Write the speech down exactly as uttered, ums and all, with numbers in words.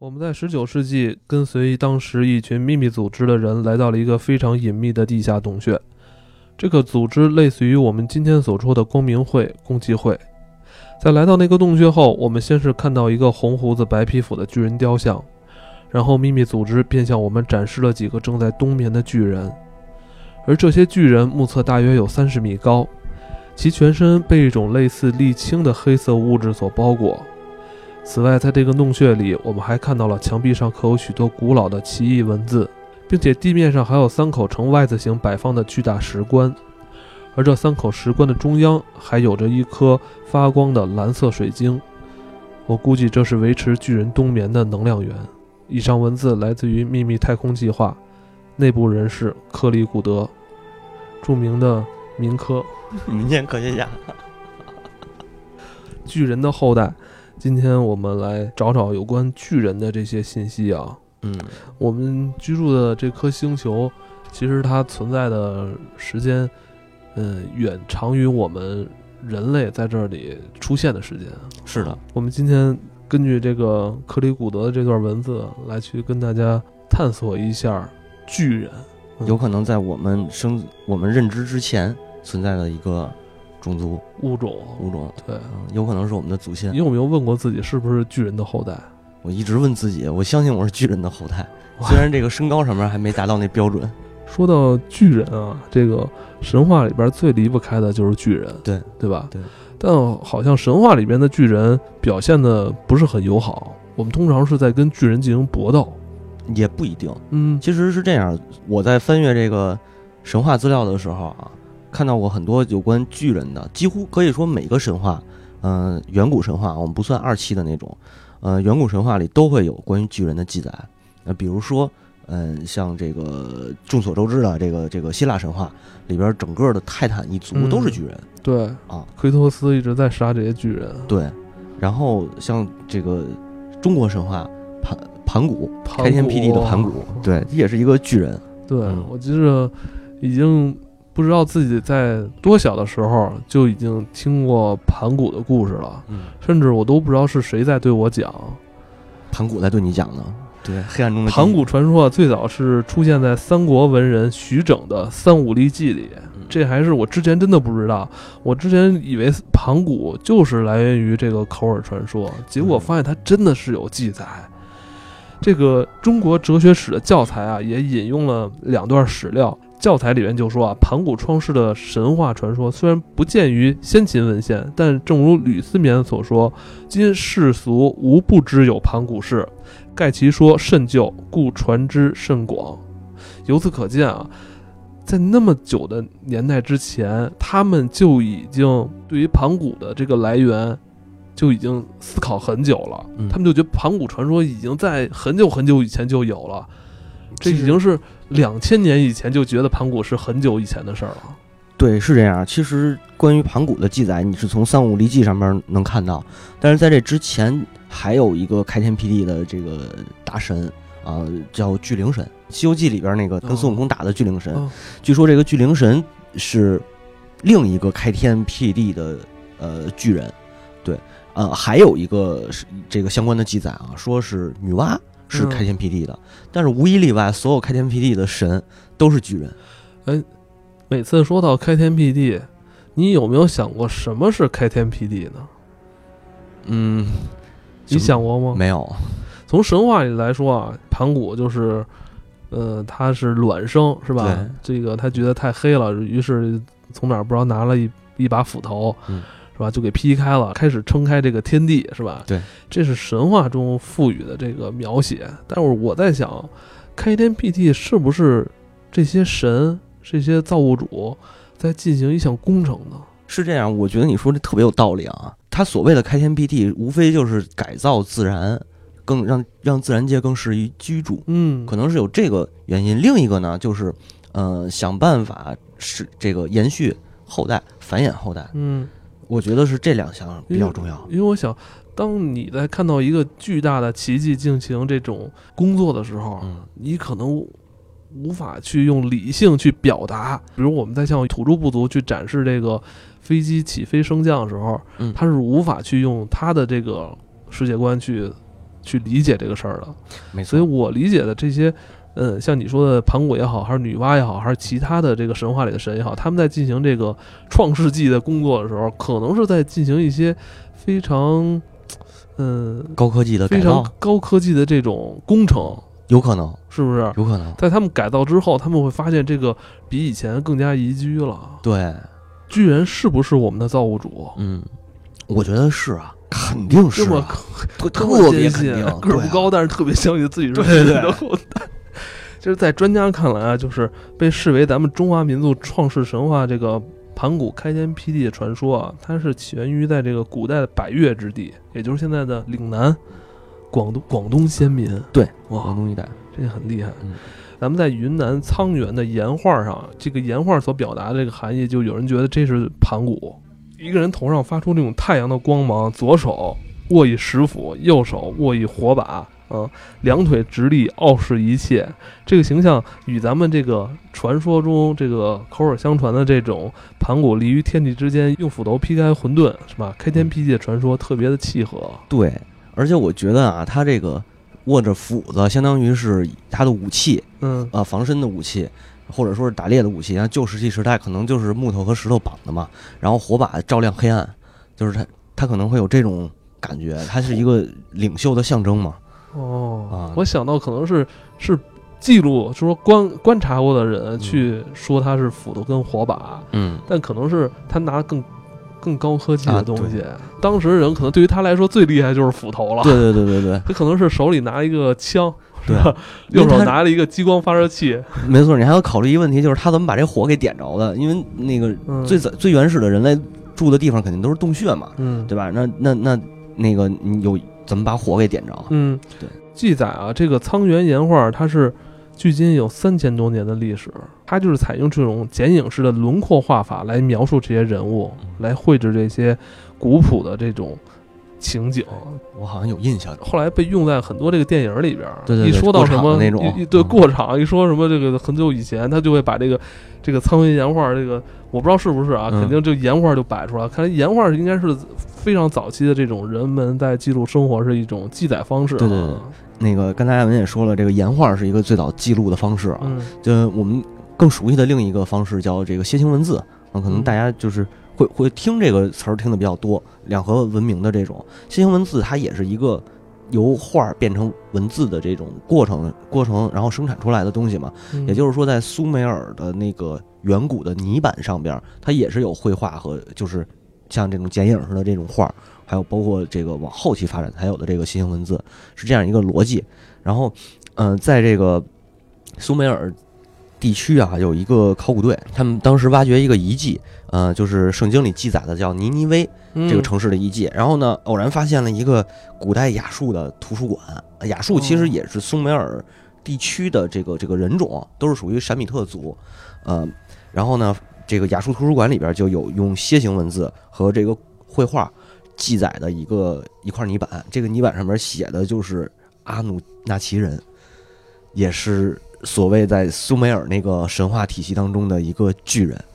我们在十九世纪跟随当时一群秘密组织的人来到了一个非常隐秘的地下洞穴。这个组织类似于我们今天所说的光明会、共济会。在来到那个洞穴后，我们先是看到一个红胡子白皮肤的巨人雕像，然后秘密组织便向我们展示了几个正在冬眠的巨人。而这些巨人目测大约有三十米高，其全身被一种类似沥青的黑色物质所包裹。此外，在这个洞穴里，我们还看到了墙壁上刻有许多古老的奇异文字，并且地面上还有三口呈 Y 字形摆放的巨大石棺，而这三口石棺的中央还有着一颗发光的蓝色水晶。我估计这是维持巨人冬眠的能量源。以上文字来自于秘密太空计划，内部人士克里古德，著名的民科民间科学家。 巨人的后代。今天我们来找找有关巨人的这些信息啊。 嗯， 我们居住的这颗星球，其实它存在的时间，嗯，远长于我们人类在这里出现的时间。 是的， 我们今天根据这个克里古德的这段文字来去跟大家探索一下巨人， 嗯、有可能在我们生我们认知之前存在的一个种族物种物种， 对、 嗯，有可能是我们的祖先。 你有没有问过自己是不是巨人的后代？ 我一直问自己，我相信我是巨人的后代，虽然这个身高上面还没达到那标准。 说到巨人啊，这个神话里边最离不开的就是巨人， 对对吧？ 对。 但好像神话里边的巨人表现的不是很友好，我们通常是在跟巨人进行搏斗。 也不一定， 嗯， 其实是这样。我在翻阅这个神话资料的时候啊，看到过很多有关巨人的，几乎可以说每个神话，嗯、呃，远古神话我们不算二期的那种，呃，远古神话里都会有关于巨人的记载。呃，比如说，嗯、呃，像这个众所周知的这个这个希腊神话里边，整个的泰坦一族都是巨人。 嗯、对啊， 奎托斯一直在杀这些巨人。 对，然后像这个中国神话盘盘古，开天辟地的盘古，对，也是一个巨人。 对、 嗯、 我记着已经。不知道自己在多小的时候就已经听过盘古的故事了， 嗯， 甚至我都不知道是谁在对我讲。 盘古在对你讲呢？对，黑暗中的盘古传说最早是出现在三国文人徐整的《三武历纪》里， 嗯、 这还是我之前真的不知道。我之前以为盘古就是来源于这个口耳传说，结果发现它真的是有记载。这个中国哲学史的教材啊，也引用了两段史料。教材里面就说啊，盘古创世的神话传说虽然不见于先秦文献，但正如吕思勉所说，今世俗无不知有盘古事，盖其说甚旧，故传之甚广。由此可见啊，在那么久的年代之前，他们就已经对于盘古的这个来源就已经思考很久了、嗯、他们就觉得盘古传说已经在很久很久以前就有了，这已经是两千年以前就觉得盘古是很久以前的事儿了。 对，是这样。其实关于盘古的记载，你是从《三武历纪》上面能看到，但是在这之前还有一个开天辟地的这个大神啊、呃，叫巨灵神。《西游记》里边那个跟孙悟空打的巨灵神，哦、据说这个巨灵神是另一个开天辟地的呃巨人。对，呃，还有一个是这个相关的记载啊，说是女娲是开天辟地的、嗯，但是无一例外，所有开天辟地的神都是巨人。 哎，每次说到开天辟地，你有没有想过什么是开天辟地呢？ 嗯， 你想过吗？ 没有。 从神话里来说啊，盘古就是，呃，他是卵生，是吧？这个他觉得太黑了，于是从哪儿不知道拿了一一把斧头。嗯，是吧？就给劈开了，开始撑开这个天地，是吧？ 对， 这是神话中赋予的这个描写。但是我在想，开天辟地是不是这些神、这些造物主在进行一项工程呢？ 是这样，我觉得你说这特别有道理啊。他所谓的开天辟地，无非就是改造自然，更让让自然界更适宜居住。 嗯， 可能是有这个原因。另一个呢，就是呃，想办法使这个延续后代、繁衍后代。 嗯。 我觉得是这两项比较重要， 因为我想，当你在看到一个巨大的奇迹进行这种工作的时候，嗯、你可能无法去用理性去表达。比如我们在向土著部族去展示这个飞机起飞升降的时候，嗯、他是无法去用他的这个世界观去去理解这个事儿的。 没错。 所以我理解的这些，嗯，像你说的盘古也好，还是女娲也好，还是其他的这个神话里的神也好，他们在进行这个创世纪的工作的时候，可能是在进行一些非常，嗯， 高科技的改造， 非常高科技的这种工程。 有可能， 是不是？ 有可能， 在他们改造之后，他们会发现这个比以前更加宜居了。 对， 巨人是不是我们的造物主？ 嗯，我觉得是啊，肯定是、啊， 这么特特别肯定， 个儿不高， 啊、 但是特别相信自己是对对对。 就是在专家看来啊，就是被视为咱们中华民族创世神话这个盘古开天辟地的传说啊，它是起源于在这个古代的百越之地，也就是现在的岭南。广东广东先民， 对， 哇， 广东一带， 这个很厉害。 嗯， 咱们在云南沧源的岩画上，这个岩画所表达的这个含义，就有人觉得这是盘古，一个人头上发出这种太阳的光芒，左手握以石斧，右手握以火把，嗯，两腿直立，傲视一切。这个形象与咱们这个传说中这个口耳相传的这种盘古立于天地之间，用斧头劈开混沌，是吧？开天辟地的传说特别的契合。 对。而且我觉得啊，他这个握着斧子，相当于是他的武器， 嗯， 啊，防身的武器，或者说是打猎的武器。像旧石器时代可能就是木头和石头绑的嘛，然后火把照亮黑暗，就是他他可能会有这种感觉，他是一个领袖的象征嘛。 哦， 啊， 我想到可能是是记录，就说观观察过的人去说他是斧头跟火把， 嗯， 但可能是他拿更。更高科技的东西、 啊， 当时人可能对于他来说最厉害就是斧头了。 对对对对对， 他可能是手里拿一个枪， 对， 右手拿了一个激光发射器。 没错，你还要考虑一个问题，就是他怎么把这火给点着的？因为那个最早、嗯、最原始的人类住的地方肯定都是洞穴嘛， 嗯， 对吧？那那那那个你有怎么把火给点着？ 嗯， 对。 记载啊，这个沧源岩画它是距今有三千多年的历史，它就是采用这种剪影式的轮廓画法来描述这些人物，来绘制这些古朴的这种情景。 我好像有印象， 后来被用在很多这个电影里边。 对对对， 一说到什么那种， 一对过场，一说什么这个很久以前，他就会把这个这个沧源岩画，这个我不知道是不是啊， 嗯、 肯定这岩画就摆出来。看来岩画应该是非常早期的这种人们在记录生活是一种记载方式、啊。 对对对。那个刚才艾文也说了，这个岩画是一个最早记录的方式啊。 嗯， 就我们更熟悉的另一个方式叫这个楔形文字啊，可能大家就是会会听这个词儿听的比较多。两河文明的这种楔形文字，它也是一个由画变成文字的这种过程过程，然后生产出来的东西嘛。 嗯、 也就是说，在苏美尔的那个远古的泥板上边，它也是有绘画和就是像这种剪影似的这种画。还有包括这个往后期发展才有的这个楔形文字，是这样一个逻辑。然后，嗯、呃，在这个苏美尔地区啊，有一个考古队，他们当时挖掘一个遗迹，呃，就是圣经里记载的叫尼尼微这个城市的遗迹。嗯、然后呢，偶然发现了一个古代亚述的图书馆。亚述其实也是苏美尔地区的这个这个人种，都是属于闪米特族。呃，然后呢，这个亚述图书馆里边就有用楔形文字和这个绘画记载的一个一块泥板，这个泥板上面写的就是阿努纳奇人，也是所谓在苏美尔那个神话体系当中的一个巨人。